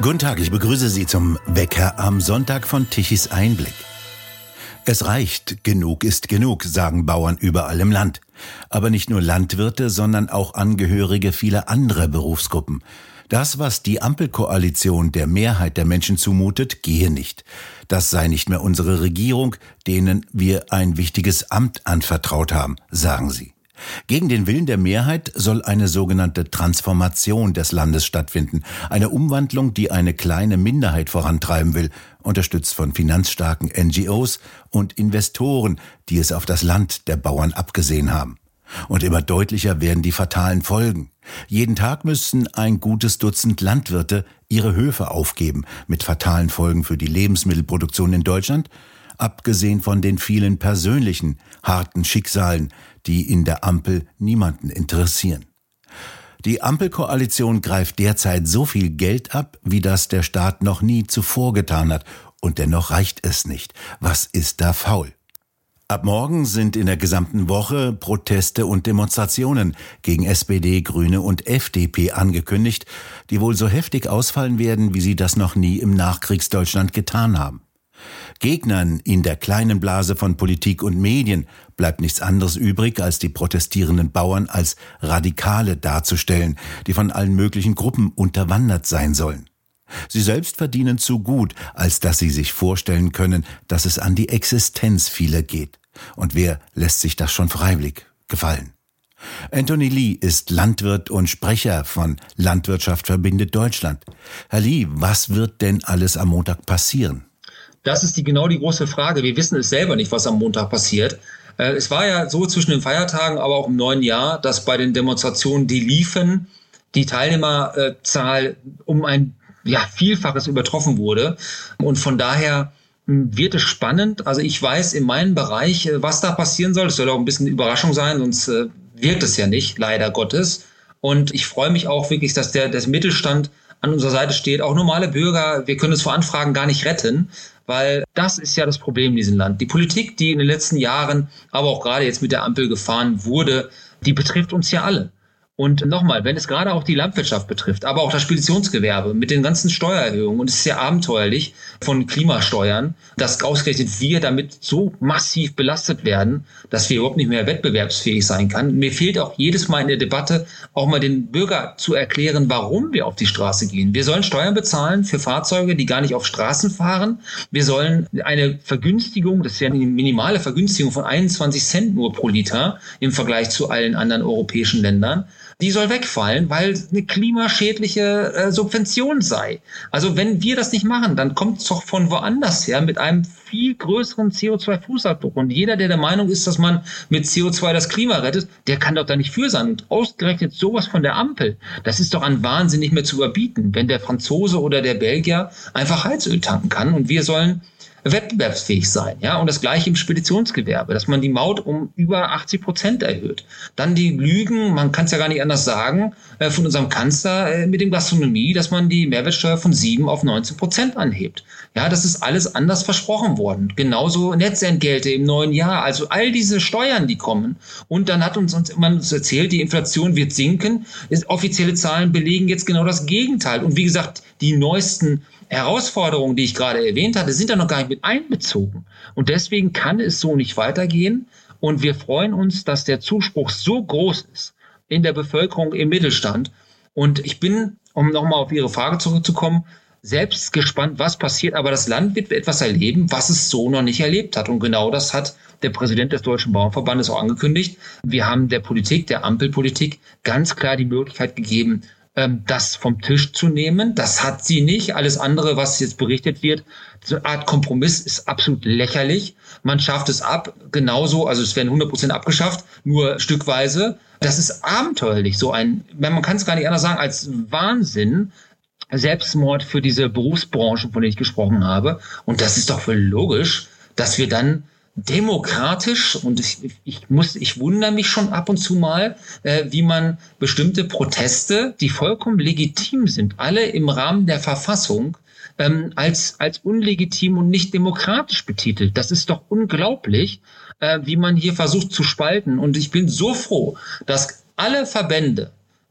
Guten Tag, ich begrüße Sie zum Wecker am Sonntag von Tichys Einblick. Es reicht, genug ist genug, sagen Bauern überall im Land. Aber nicht nur Landwirte, sondern auch Angehörige vieler anderer Berufsgruppen. Das, was die Ampelkoalition der Mehrheit der Menschen zumutet, gehe nicht. Das sei nicht mehr unsere Regierung, denen wir ein wichtiges Amt anvertraut haben, sagen sie. Gegen den Willen der Mehrheit soll eine sogenannte Transformation des Landes stattfinden. Eine Umwandlung, die eine kleine Minderheit vorantreiben will, unterstützt von finanzstarken NGOs und Investoren, die es auf das Land der Bauern abgesehen haben. Und immer deutlicher werden die fatalen Folgen. Jeden Tag müssen ein gutes Dutzend Landwirte ihre Höfe aufgeben, mit fatalen Folgen für die Lebensmittelproduktion in Deutschland, abgesehen von den vielen persönlichen, harten Schicksalen, die in der Ampel niemanden interessieren. Die Ampelkoalition greift derzeit so viel Geld ab, wie das der Staat noch nie zuvor getan hat. Und dennoch reicht es nicht. Was ist da faul? Ab morgen sind in der gesamten Woche Proteste und Demonstrationen gegen SPD, Grüne und FDP angekündigt, die wohl so heftig ausfallen werden, wie sie das noch nie im Nachkriegsdeutschland getan haben. Gegnern in der kleinen Blase von Politik und Medien bleibt nichts anderes übrig, als die protestierenden Bauern als Radikale darzustellen, die von allen möglichen Gruppen unterwandert sein sollen. Sie selbst verdienen zu gut, als dass sie sich vorstellen können, dass es an die Existenz vieler geht. Und wer lässt sich das schon freiwillig gefallen? Anthony Lee ist Landwirt und Sprecher von Landwirtschaft verbindet Deutschland. Herr Lee, was wird denn alles am Montag passieren? Das ist genau die große Frage. Wir wissen es selber nicht, was am Montag passiert. Es war ja so zwischen den Feiertagen, aber auch im neuen Jahr, dass bei den Demonstrationen, die liefen, die Teilnehmerzahl um ein Vielfaches übertroffen wurde. Und von daher wird es spannend. Also ich weiß in meinem Bereich, was da passieren soll. Es soll auch ein bisschen Überraschung sein, sonst wirkt es ja nicht, leider Gottes. Und ich freue mich auch wirklich, dass der Mittelstand an unserer Seite steht. Auch normale Bürger, wir können es vor Anfragen gar nicht retten, weil das ist ja das Problem in diesem Land. Die Politik, die in den letzten Jahren, aber auch gerade jetzt mit der Ampel gefahren wurde, die betrifft uns ja alle. Und nochmal, wenn es gerade auch die Landwirtschaft betrifft, aber auch das Speditionsgewerbe mit den ganzen Steuererhöhungen, und es ist ja abenteuerlich von Klimasteuern, dass ausgerechnet wir damit so massiv belastet werden, dass wir überhaupt nicht mehr wettbewerbsfähig sein können. Mir fehlt auch jedes Mal in der Debatte auch mal den Bürger zu erklären, warum wir auf die Straße gehen. Wir sollen Steuern bezahlen für Fahrzeuge, die gar nicht auf Straßen fahren. Wir sollen eine Vergünstigung, das ist ja eine minimale Vergünstigung von 21 Cent nur pro Liter im Vergleich zu allen anderen europäischen Ländern. Die soll wegfallen, weil es eine klimaschädliche Subvention sei. Also wenn wir das nicht machen, dann kommt es doch von woanders her mit einem viel größeren CO2-Fußabdruck. Und jeder, der der Meinung ist, dass man mit CO2 das Klima rettet, der kann doch da nicht für sein. Und ausgerechnet sowas von der Ampel, das ist doch an Wahnsinn nicht mehr zu überbieten, wenn der Franzose oder der Belgier einfach Heizöl tanken kann. Und wir sollen wettbewerbsfähig sein, ja, und das gleiche im Speditionsgewerbe, dass man die Maut um über 80% erhöht. Dann die Lügen, man kann es ja gar nicht anders sagen, von unserem Kanzler mit dem Gastronomie, dass man die Mehrwertsteuer von 7 auf 19% anhebt. Ja, das ist alles anders versprochen worden. Genauso Netzentgelte im neuen Jahr, also all diese Steuern, die kommen. Und dann hat uns erzählt, die Inflation wird sinken. Offizielle Zahlen belegen jetzt genau das Gegenteil. Und wie gesagt, die neuesten Herausforderungen, die ich gerade erwähnt hatte, sind da noch gar nicht mit einbezogen. Und deswegen kann es so nicht weitergehen. Und wir freuen uns, dass der Zuspruch so groß ist in der Bevölkerung, im Mittelstand. Und ich bin, um nochmal auf Ihre Frage zurückzukommen, selbst gespannt, was passiert. Aber das Land wird etwas erleben, was es so noch nicht erlebt hat. Und genau das hat der Präsident des Deutschen Bauernverbandes auch angekündigt. Wir haben der Politik, der Ampelpolitik, ganz klar die Möglichkeit gegeben, das vom Tisch zu nehmen. Das hat sie nicht. Alles andere, was jetzt berichtet wird, so eine Art Kompromiss ist absolut lächerlich. Man schafft es ab, genauso, also es werden 100% abgeschafft, nur stückweise. Das ist abenteuerlich. Man kann es gar nicht anders sagen, als Wahnsinn. Selbstmord für diese Berufsbranchen, von denen ich gesprochen habe. Und das ist doch voll logisch, dass wir dann demokratisch, und ich wundere mich schon ab und zu mal, wie man bestimmte Proteste, die vollkommen legitim sind, alle im Rahmen der Verfassung, als unlegitim und nicht demokratisch betitelt. Das ist doch unglaublich, wie man hier versucht zu spalten. Und ich bin so froh, dass alle Verbände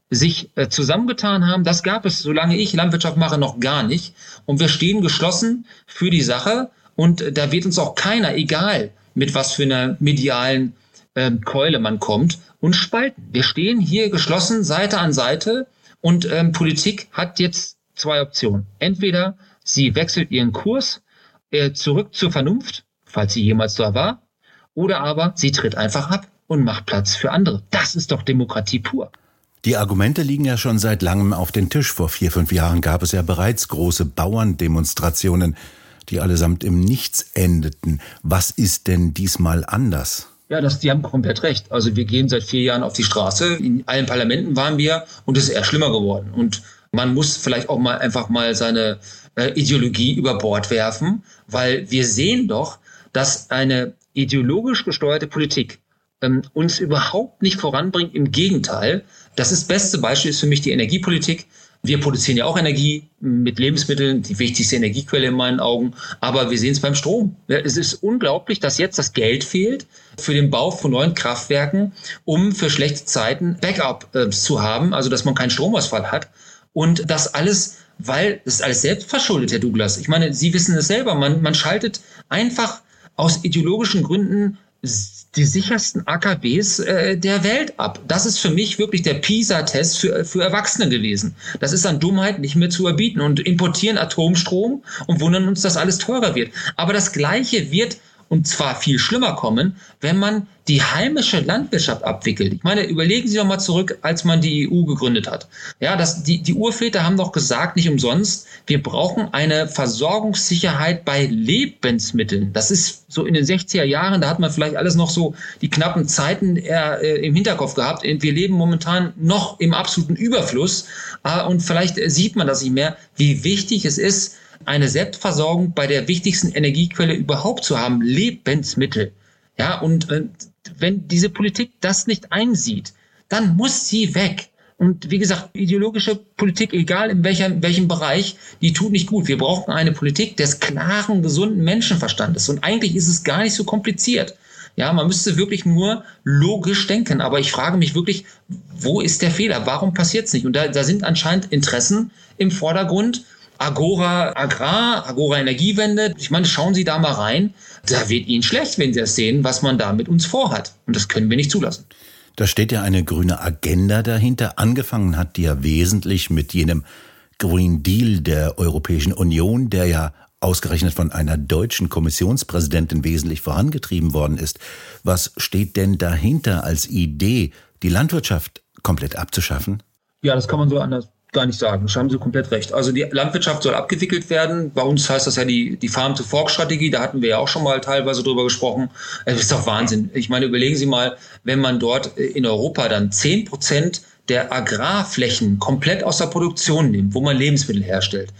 sich zusammengetan haben. Das gab es, solange ich Landwirtschaft mache, noch gar nicht. Und wir stehen geschlossen für die Sache. Und da wird uns auch keiner, egal mit was für einer medialen Keule man kommt, uns spalten. Wir stehen hier geschlossen, Seite an Seite. Und Politik hat jetzt zwei Optionen. Entweder sie wechselt ihren Kurs zurück zur Vernunft, falls sie jemals da war, oder aber sie tritt einfach ab und macht Platz für andere. Das ist doch Demokratie pur. Die Argumente liegen ja schon seit langem auf den Tisch. Vor 4-5 Jahren gab es ja bereits große Bauerndemonstrationen, die allesamt im Nichts endeten. Was ist denn diesmal anders? Ja, die haben komplett recht. Also wir gehen seit 4 Jahren auf die Straße. In allen Parlamenten waren wir und es ist eher schlimmer geworden. Und man muss vielleicht auch mal einfach mal seine Ideologie über Bord werfen, weil wir sehen doch, dass eine ideologisch gesteuerte Politik uns überhaupt nicht voranbringt. Im Gegenteil, das beste Beispiel ist für mich die Energiepolitik. Wir produzieren ja auch Energie mit Lebensmitteln, die wichtigste Energiequelle in meinen Augen. Aber wir sehen es beim Strom. Es ist unglaublich, dass jetzt das Geld fehlt für den Bau von neuen Kraftwerken, um für schlechte Zeiten Backup zu haben, also dass man keinen Stromausfall hat. Und das alles, weil das ist alles selbst verschuldet, Herr Douglas. Ich meine, Sie wissen es selber, man schaltet einfach aus ideologischen Gründen die sichersten AKWs der Welt ab. Das ist für mich wirklich der PISA-Test für Erwachsene gewesen. Das ist an Dummheit nicht mehr zu erbieten und importieren Atomstrom und wundern uns, dass alles teurer wird. Aber das Gleiche wird, und zwar viel schlimmer kommen, wenn man die heimische Landwirtschaft abwickelt. Ich meine, überlegen Sie doch mal zurück, als man die EU gegründet hat. Ja, die Urväter haben doch gesagt, nicht umsonst, wir brauchen eine Versorgungssicherheit bei Lebensmitteln. Das ist so in den 60er Jahren, da hat man vielleicht alles noch so die knappen Zeiten im Hinterkopf gehabt. Wir leben momentan noch im absoluten Überfluss und vielleicht sieht man das nicht mehr, wie wichtig es ist, eine Selbstversorgung bei der wichtigsten Energiequelle überhaupt zu haben, Lebensmittel. Ja, und wenn diese Politik das nicht einsieht, dann muss sie weg. Und wie gesagt, ideologische Politik, egal in welchem Bereich, die tut nicht gut. Wir brauchen eine Politik des klaren, gesunden Menschenverstandes. Und eigentlich ist es gar nicht so kompliziert. Ja, man müsste wirklich nur logisch denken. Aber ich frage mich wirklich, wo ist der Fehler? Warum passiert es nicht? Und da sind anscheinend Interessen im Vordergrund. Agora Agrar, Agora Energiewende. Ich meine, schauen Sie da mal rein. Da wird Ihnen schlecht, wenn Sie das sehen, was man da mit uns vorhat. Und das können wir nicht zulassen. Da steht ja eine grüne Agenda dahinter. Angefangen hat die ja wesentlich mit jenem Green Deal der Europäischen Union, der ja ausgerechnet von einer deutschen Kommissionspräsidentin wesentlich vorangetrieben worden ist. Was steht denn dahinter als Idee, die Landwirtschaft komplett abzuschaffen? Ja, das kann man so anders gar nicht sagen. Das haben Sie komplett recht. Also die Landwirtschaft soll abgewickelt werden. Bei uns heißt das ja die Farm-to-Fork-Strategie. Da hatten wir ja auch schon mal teilweise drüber gesprochen. Das ist doch Wahnsinn. Ich meine, überlegen Sie mal, wenn man dort in Europa dann 10% der Agrarflächen komplett aus der Produktion nimmt, wo man Lebensmittel herstellt.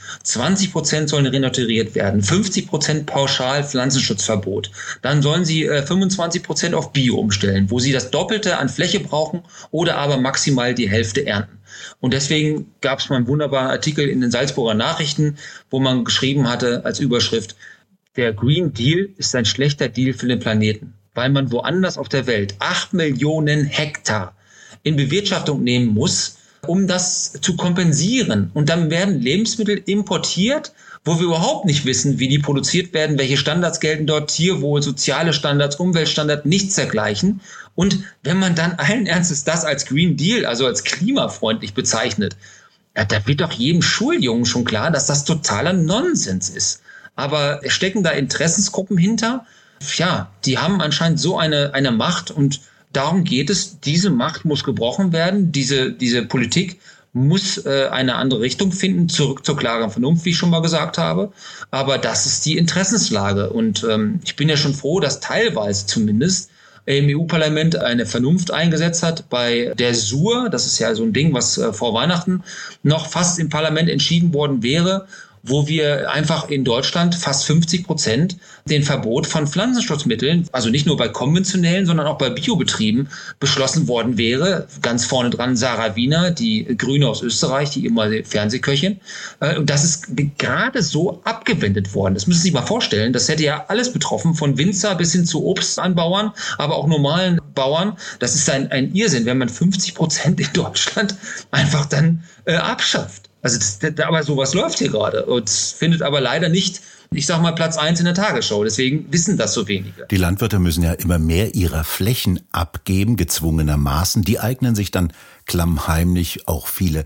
20% sollen renaturiert werden, 50% pauschal Pflanzenschutzverbot. Dann sollen sie 25% auf Bio umstellen, wo sie das Doppelte an Fläche brauchen oder aber maximal die Hälfte ernten. Und deswegen gab es mal einen wunderbaren Artikel in den Salzburger Nachrichten, wo man geschrieben hatte als Überschrift, der Green Deal ist ein schlechter Deal für den Planeten, weil man woanders auf der Welt 8 Millionen Hektar in Bewirtschaftung nehmen muss, um das zu kompensieren. Und dann werden Lebensmittel importiert, wo wir überhaupt nicht wissen, wie die produziert werden, welche Standards gelten dort, Tierwohl, soziale Standards, Umweltstandards, nichts dergleichen. Und wenn man dann allen Ernstes das als Green Deal, also als klimafreundlich bezeichnet, ja, da wird doch jedem Schuljungen schon klar, dass das totaler Nonsens ist. Aber stecken da Interessensgruppen hinter? Ja, die haben anscheinend so eine Macht und darum geht es, diese Macht muss gebrochen werden, diese Politik muss eine andere Richtung finden, zurück zur klaren Vernunft, wie ich schon mal gesagt habe. Aber das ist die Interessenslage. Und ich bin ja schon froh, dass teilweise zumindest im EU-Parlament eine Vernunft eingesetzt hat bei der SUR. Das ist ja so ein Ding, was vor Weihnachten noch fast im Parlament entschieden worden wäre, wo wir einfach in Deutschland fast 50% den Verbot von Pflanzenschutzmitteln, also nicht nur bei konventionellen, sondern auch bei Biobetrieben beschlossen worden wäre. Ganz vorne dran Sarah Wiener, die Grüne aus Österreich, die ehemalige Fernsehköchin. Und das ist gerade so abgewendet worden. Das müssen Sie sich mal vorstellen. Das hätte ja alles betroffen, von Winzer bis hin zu Obstanbauern, aber auch normalen Bauern. Das ist ein Irrsinn, wenn man 50% in Deutschland einfach dann abschafft. Also aber sowas läuft hier gerade und findet aber leider nicht, ich sag mal, Platz 1 in der Tagesschau. Deswegen wissen das so wenige. Die Landwirte müssen ja immer mehr ihrer Flächen abgeben, gezwungenermaßen. Die eignen sich dann klammheimlich auch viele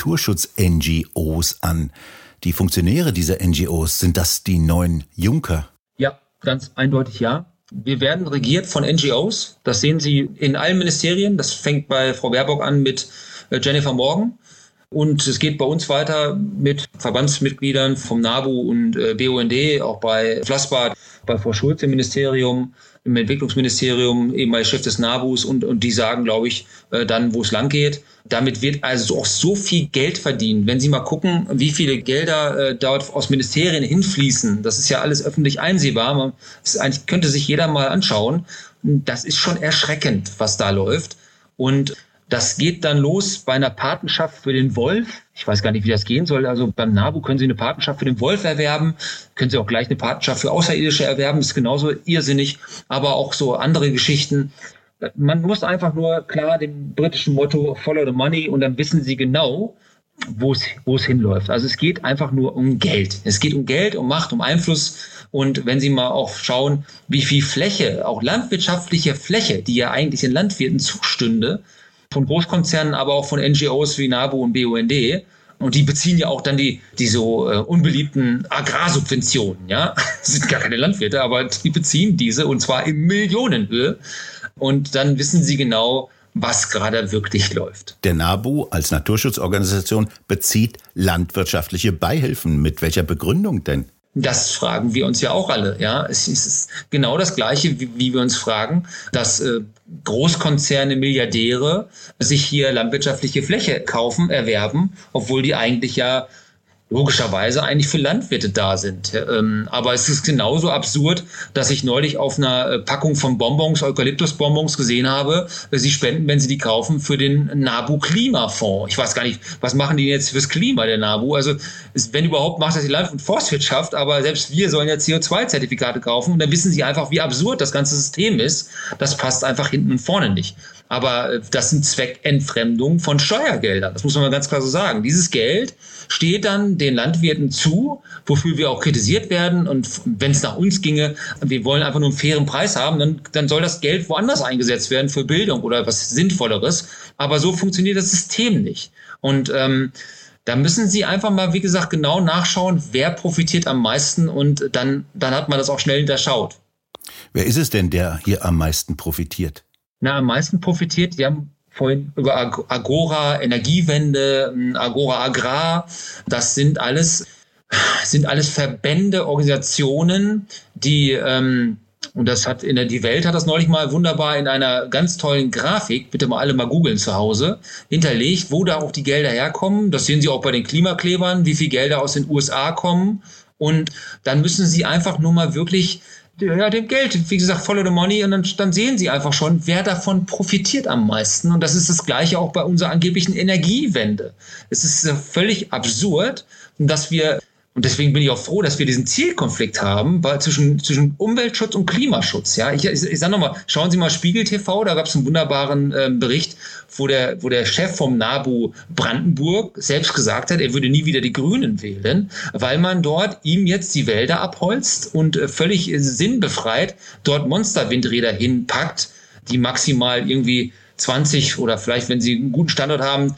Naturschutz-NGOs an. Die Funktionäre dieser NGOs, sind das die neuen Juncker? Ja, ganz eindeutig ja. Wir werden regiert von NGOs. Das sehen Sie in allen Ministerien. Das fängt bei Frau Baerbock an mit Jennifer Morgan. Und es geht bei uns weiter mit Verbandsmitgliedern vom NABU und BUND, auch bei Flassbart, bei Frau Schulz im Ministerium, im Entwicklungsministerium, eben als Chef des NABUs und die sagen, glaube ich, dann, wo es lang geht. Damit wird also auch so viel Geld verdient. Wenn Sie mal gucken, wie viele Gelder dort aus Ministerien hinfließen, das ist ja alles öffentlich einsehbar. Eigentlich könnte sich jeder mal anschauen. Das ist schon erschreckend, was da läuft. Und das geht dann los bei einer Patenschaft für den Wolf. Ich weiß gar nicht, wie das gehen soll. Also beim NABU können Sie eine Patenschaft für den Wolf erwerben. Können Sie auch gleich eine Patenschaft für Außerirdische erwerben. Das ist genauso irrsinnig. Aber auch so andere Geschichten. Man muss einfach nur klar dem britischen Motto Follow the Money und dann wissen Sie genau, wo es hinläuft. Also es geht einfach nur um Geld. Es geht um Geld, um Macht, um Einfluss. Und wenn Sie mal auch schauen, wie viel Fläche, auch landwirtschaftliche Fläche, die ja eigentlich den Landwirten zustünde, von Großkonzernen, aber auch von NGOs wie NABU und BUND. Und die beziehen ja auch dann die so unbeliebten Agrarsubventionen. Ja, das sind gar keine Landwirte, aber die beziehen diese und zwar in Millionenhöhe. Und dann wissen sie genau, was gerade wirklich läuft. Der NABU als Naturschutzorganisation bezieht landwirtschaftliche Beihilfen. Mit welcher Begründung denn? Das fragen wir uns ja auch alle. Ja, es ist genau das Gleiche, wie wir uns fragen, dass Großkonzerne, Milliardäre sich hier landwirtschaftliche Fläche kaufen, erwerben, obwohl die eigentlich ja logischerweise eigentlich für Landwirte da sind. Aber es ist genauso absurd, dass ich neulich auf einer Packung von Bonbons, Eukalyptusbonbons gesehen habe, sie spenden, wenn sie die kaufen, für den NABU-Klimafonds. Ich weiß gar nicht, was machen die jetzt fürs Klima, der NABU? Also wenn überhaupt, macht das die Land- und Forstwirtschaft, aber selbst wir sollen ja CO2-Zertifikate kaufen und dann wissen sie einfach, wie absurd das ganze System ist. Das passt einfach hinten und vorne nicht. Aber das sind Zweckentfremdungen von Steuergeldern. Das muss man mal ganz klar so sagen. Dieses Geld steht dann den Landwirten zu, wofür wir auch kritisiert werden. Und wenn es nach uns ginge, wir wollen einfach nur einen fairen Preis haben, dann soll das Geld woanders eingesetzt werden für Bildung oder was Sinnvolleres. Aber so funktioniert das System nicht. Und da müssen Sie einfach mal, wie gesagt, genau nachschauen, wer profitiert am meisten. Und dann hat man das auch schnell hinterschaut. Wer ist es denn, der hier am meisten profitiert? Am meisten profitiert, wir haben vorhin über Agora Energiewende, Agora Agrar, das sind alles Verbände, Organisationen, die, und das hat die Welt hat das neulich mal wunderbar in einer ganz tollen Grafik, bitte mal alle mal googeln zu Hause, hinterlegt, wo da auch die Gelder herkommen. Das sehen Sie auch bei den Klimaklebern, wie viel Gelder aus den USA kommen. Und dann müssen Sie einfach nur mal wirklich dem Geld, wie gesagt, follow the money und dann sehen Sie einfach schon, wer davon profitiert am meisten. Und das ist das Gleiche auch bei unserer angeblichen Energiewende. Es ist völlig absurd, dass wir, und deswegen bin ich auch froh, dass wir diesen Zielkonflikt haben zwischen Umweltschutz und Klimaschutz. Ja, ich sage nochmal, schauen Sie mal Spiegel TV, da gab es einen wunderbaren Bericht, wo der Chef vom NABU Brandenburg selbst gesagt hat, er würde nie wieder die Grünen wählen, weil man dort ihm jetzt die Wälder abholzt und völlig sinnbefreit dort Monsterwindräder hinpackt, die maximal irgendwie 20 oder vielleicht, wenn sie einen guten Standort haben,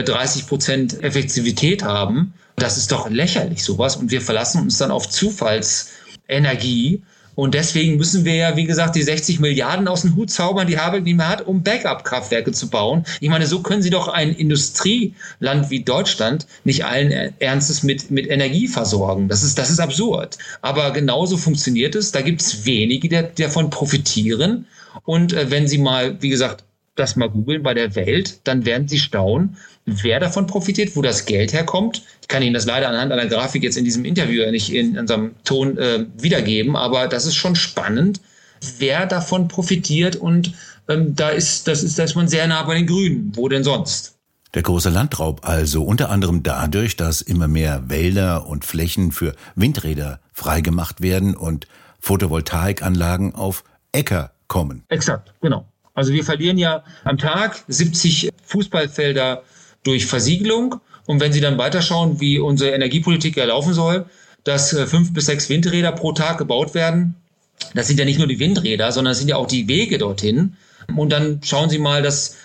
30% Effektivität haben. Das ist doch lächerlich, sowas. Und wir verlassen uns dann auf Zufallsenergie. Und deswegen müssen wir ja, wie gesagt, die 60 Milliarden aus dem Hut zaubern, die Habeck nicht mehr hat, um Backup-Kraftwerke zu bauen. Ich meine, so können Sie doch ein Industrieland wie Deutschland nicht allen Ernstes mit Energie versorgen. Das ist absurd. Aber genauso funktioniert es. Da gibt es wenige, die davon profitieren. Und wenn Sie mal, wie gesagt, das mal googeln bei der Welt, dann werden Sie staunen, wer davon profitiert, wo das Geld herkommt. Ich kann Ihnen das leider anhand einer Grafik jetzt in diesem Interview nicht in unserem Ton wiedergeben, aber das ist schon spannend, wer davon profitiert und da ist man sehr nah bei den Grünen. Wo denn sonst? Der große Landraub also, unter anderem dadurch, dass immer mehr Wälder und Flächen für Windräder freigemacht werden und Photovoltaikanlagen auf Äcker kommen. Exakt, genau. Also wir verlieren ja am Tag 70 Fußballfelder durch Versiegelung. Und wenn Sie dann weiterschauen, wie unsere Energiepolitik ja laufen soll, dass 5 bis 6 Windräder pro Tag gebaut werden, das sind ja nicht nur die Windräder, sondern das sind ja auch die Wege dorthin. Und dann schauen Sie mal, dass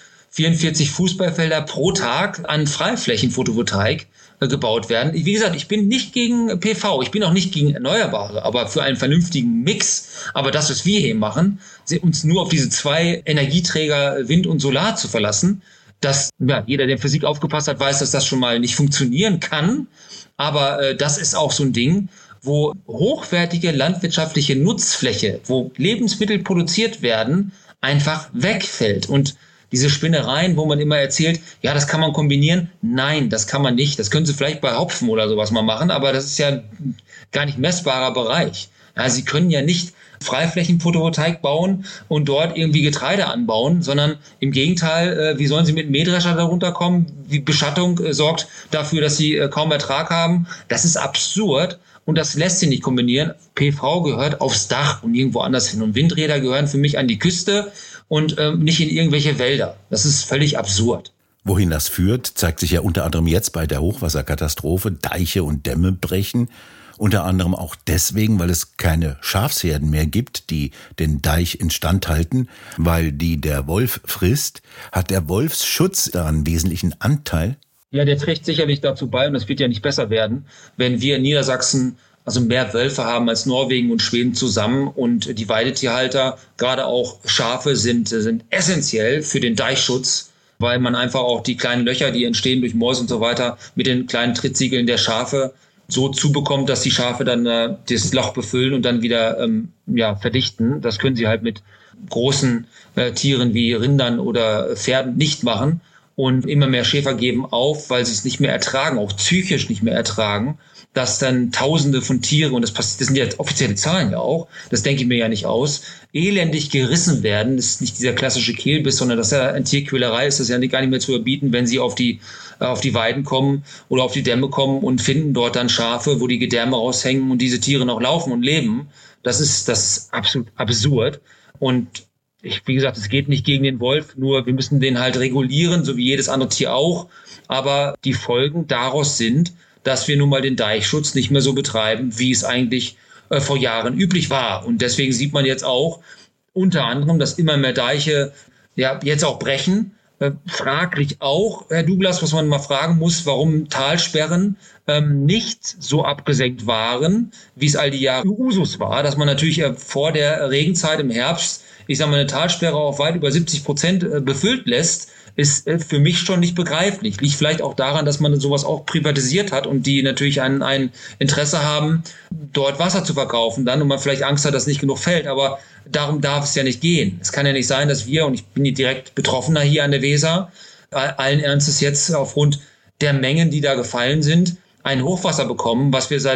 44 Fußballfelder pro Tag an Freiflächen-Photovoltaik gebaut werden. Wie gesagt, ich bin nicht gegen PV, ich bin auch nicht gegen Erneuerbare, aber für einen vernünftigen Mix. Aber das, was wir hier machen, uns nur auf diese 2 Energieträger Wind und Solar zu verlassen, dass jeder, der in Physik aufgepasst hat, weiß, dass das schon mal nicht funktionieren kann. Aber das ist auch so ein Ding, wo hochwertige landwirtschaftliche Nutzfläche, wo Lebensmittel produziert werden, einfach wegfällt. Und diese Spinnereien, wo man immer erzählt, ja, das kann man kombinieren. Nein, das kann man nicht. Das können Sie vielleicht bei Hopfen oder sowas mal machen, aber das ist ja gar nicht messbarer Bereich. Ja, Sie können ja nicht Freiflächen-Photovoltaik bauen und dort irgendwie Getreide anbauen, sondern im Gegenteil, wie sollen Sie mit Mähdrescher darunter kommen? Die Beschattung sorgt dafür, dass Sie kaum Ertrag haben. Das ist absurd. Und das lässt sich nicht kombinieren. PV gehört aufs Dach und irgendwo anders hin. Und Windräder gehören für mich an die Küste und nicht in irgendwelche Wälder. Das ist völlig absurd. Wohin das führt, zeigt sich ja unter anderem jetzt bei der Hochwasserkatastrophe. Deiche und Dämme brechen. Unter anderem auch deswegen, weil es keine Schafsherden mehr gibt, die den Deich instand halten, weil die der Wolf frisst. Hat der Wolfsschutz daran wesentlichen Anteil? Ja, der trägt sicherlich dazu bei, und das wird ja nicht besser werden, wenn wir in Niedersachsen also mehr Wölfe haben als Norwegen und Schweden zusammen. Und die Weidetierhalter, gerade auch Schafe, sind essentiell für den Deichschutz, weil man einfach auch die kleinen Löcher, die entstehen durch Mäuse und so weiter, mit den kleinen Trittsiegeln der Schafe so zubekommt, dass die Schafe dann das Loch befüllen und dann wieder verdichten. Das können sie halt mit großen Tieren wie Rindern oder Pferden nicht machen. Und immer mehr Schäfer geben auf, weil sie es nicht mehr ertragen, auch psychisch nicht mehr ertragen, dass dann Tausende von Tieren, und das sind ja offizielle Zahlen ja auch, das denke ich mir ja nicht aus, elendig gerissen werden. Das ist nicht dieser klassische Kehlbiss, sondern das ist ja eine Tierquälerei, ist das ja gar nicht mehr zu überbieten, wenn sie auf die Weiden kommen oder auf die Dämme kommen und finden dort dann Schafe, wo die Gedärme raushängen und diese Tiere noch laufen und leben. Das ist absolut absurd. Und wie gesagt, es geht nicht gegen den Wolf, nur wir müssen den halt regulieren, so wie jedes andere Tier auch. Aber die Folgen daraus sind, dass wir nun mal den Deichschutz nicht mehr so betreiben, wie es eigentlich vor Jahren üblich war. Und deswegen sieht man jetzt auch unter anderem, dass immer mehr Deiche jetzt auch brechen. Fraglich auch, Herr Douglas, was man mal fragen muss, warum Talsperren nicht so abgesenkt waren, wie es all die Jahre Usus war, dass man natürlich vor der Regenzeit im Herbst, ich sage mal, eine Talsperre auf weit über 70% befüllt lässt, ist für mich schon nicht begreiflich. Liegt vielleicht auch daran, dass man sowas auch privatisiert hat und die natürlich ein Interesse haben, dort Wasser zu verkaufen dann und man vielleicht Angst hat, dass nicht genug fällt. Aber darum darf es ja nicht gehen. Es kann ja nicht sein, dass wir, und ich bin direkt Betroffener hier an der Weser, allen Ernstes jetzt aufgrund der Mengen, die da gefallen sind, ein Hochwasser bekommen, was wir seit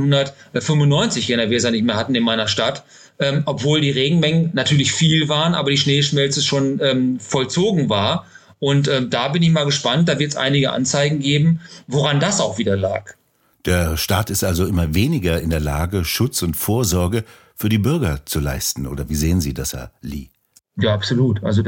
1995 hier in der Weser nicht mehr hatten in meiner Stadt. Obwohl die Regenmengen natürlich viel waren, aber die Schneeschmelze schon vollzogen war. Und da bin ich mal gespannt, da wird es einige Anzeigen geben, woran das auch wieder lag. Der Staat ist also immer weniger in der Lage, Schutz und Vorsorge für die Bürger zu leisten. Oder wie sehen Sie das, Herr Lee? Ja, absolut. Also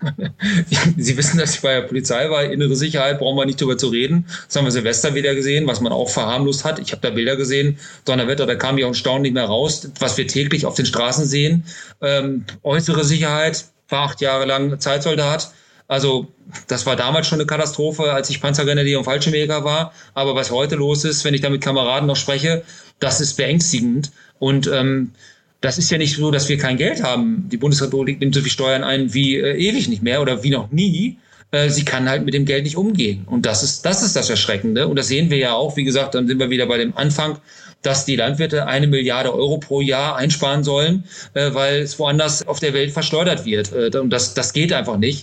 Sie wissen, dass ich bei der Polizei war. Innere Sicherheit, brauchen wir nicht drüber zu reden. Das haben wir Silvester wieder gesehen, was man auch verharmlost hat. Ich habe da Bilder gesehen. Donnerwetter, da kam ich auch ein Staunen nicht mehr raus, was wir täglich auf den Straßen sehen. Äußere Sicherheit, war 8 Jahre lang Zeitsoldat. Also das war damals schon eine Katastrophe, als ich Panzergrenadier und Fallschirmjäger war. Aber was heute los ist, wenn ich da mit Kameraden noch spreche, das ist beängstigend. Und das ist ja nicht so, dass wir kein Geld haben. Die Bundesrepublik nimmt so viel Steuern ein wie ewig nicht mehr oder wie noch nie. Sie kann halt mit dem Geld nicht umgehen. Und das ist das Erschreckende. Und das sehen wir ja auch. Wie gesagt, dann sind wir wieder bei dem Anfang, dass die Landwirte 1 Milliarde Euro pro Jahr einsparen sollen, weil es woanders auf der Welt verschleudert wird. Und das geht einfach nicht.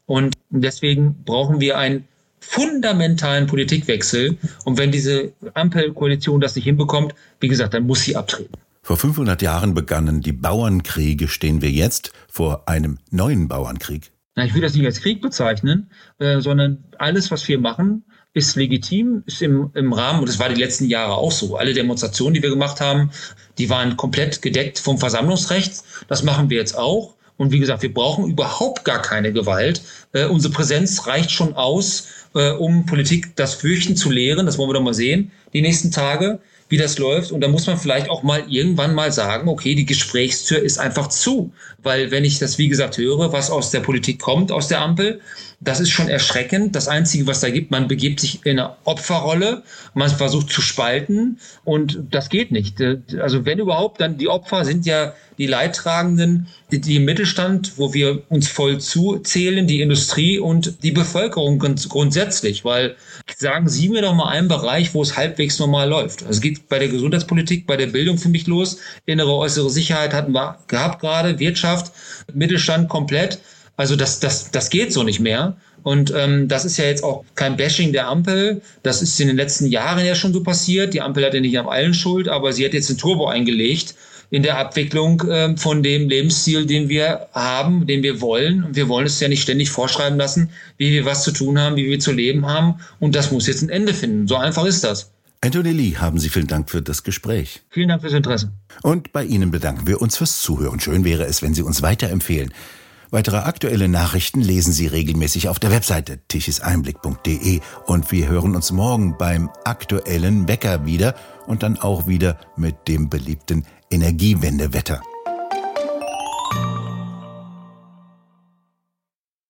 Und deswegen brauchen wir einen fundamentalen Politikwechsel. Und wenn diese Ampelkoalition das nicht hinbekommt, wie gesagt, dann muss sie abtreten. Vor 500 Jahren begannen die Bauernkriege. Stehen wir jetzt vor einem neuen Bauernkrieg? Ich will das nicht als Krieg bezeichnen, sondern alles, was wir machen, ist legitim, ist im Rahmen, und das war die letzten Jahre auch so. Alle Demonstrationen, die wir gemacht haben, die waren komplett gedeckt vom Versammlungsrecht. Das machen wir jetzt auch. Und wie gesagt, wir brauchen überhaupt gar keine Gewalt. Unsere Präsenz reicht schon aus, um Politik das Fürchten zu lehren. Das wollen wir doch mal sehen, die nächsten Tage, wie das läuft. Und da muss man vielleicht auch mal irgendwann mal sagen, okay, die Gesprächstür ist einfach zu. Weil wenn ich das, wie gesagt, höre, was aus der Politik kommt, aus der Ampel, das ist schon erschreckend. Das Einzige, was da gibt, man begibt sich in eine Opferrolle, man versucht zu spalten und das geht nicht. Also wenn überhaupt, dann die Opfer sind ja die Leidtragenden, die im Mittelstand, wo wir uns voll zuzählen, die Industrie und die Bevölkerung grundsätzlich. Weil sagen Sie mir doch mal einen Bereich, wo es halbwegs normal läuft. Also es geht bei der Gesundheitspolitik, bei der Bildung für mich los. Innere, äußere Sicherheit hatten wir gehabt gerade, Wirtschaft, Mittelstand komplett. Also das geht so nicht mehr. Und das ist ja jetzt auch kein Bashing der Ampel. Das ist in den letzten Jahren ja schon so passiert. Die Ampel hat ja nicht an allen Schuld, aber sie hat jetzt den Turbo eingelegt in der Abwicklung von dem Lebensstil, den wir haben, den wir wollen. Und wir wollen es ja nicht ständig vorschreiben lassen, wie wir was zu tun haben, wie wir zu leben haben. Und das muss jetzt ein Ende finden. So einfach ist das. Anthony Lee, haben Sie vielen Dank für das Gespräch. Vielen Dank fürs Interesse. Und bei Ihnen bedanken wir uns fürs Zuhören. Schön wäre es, wenn Sie uns weiterempfehlen. Weitere aktuelle Nachrichten lesen Sie regelmäßig auf der Webseite tichiseinblick.de und wir hören uns morgen beim aktuellen Wecker wieder und dann auch wieder mit dem beliebten Energiewendewetter.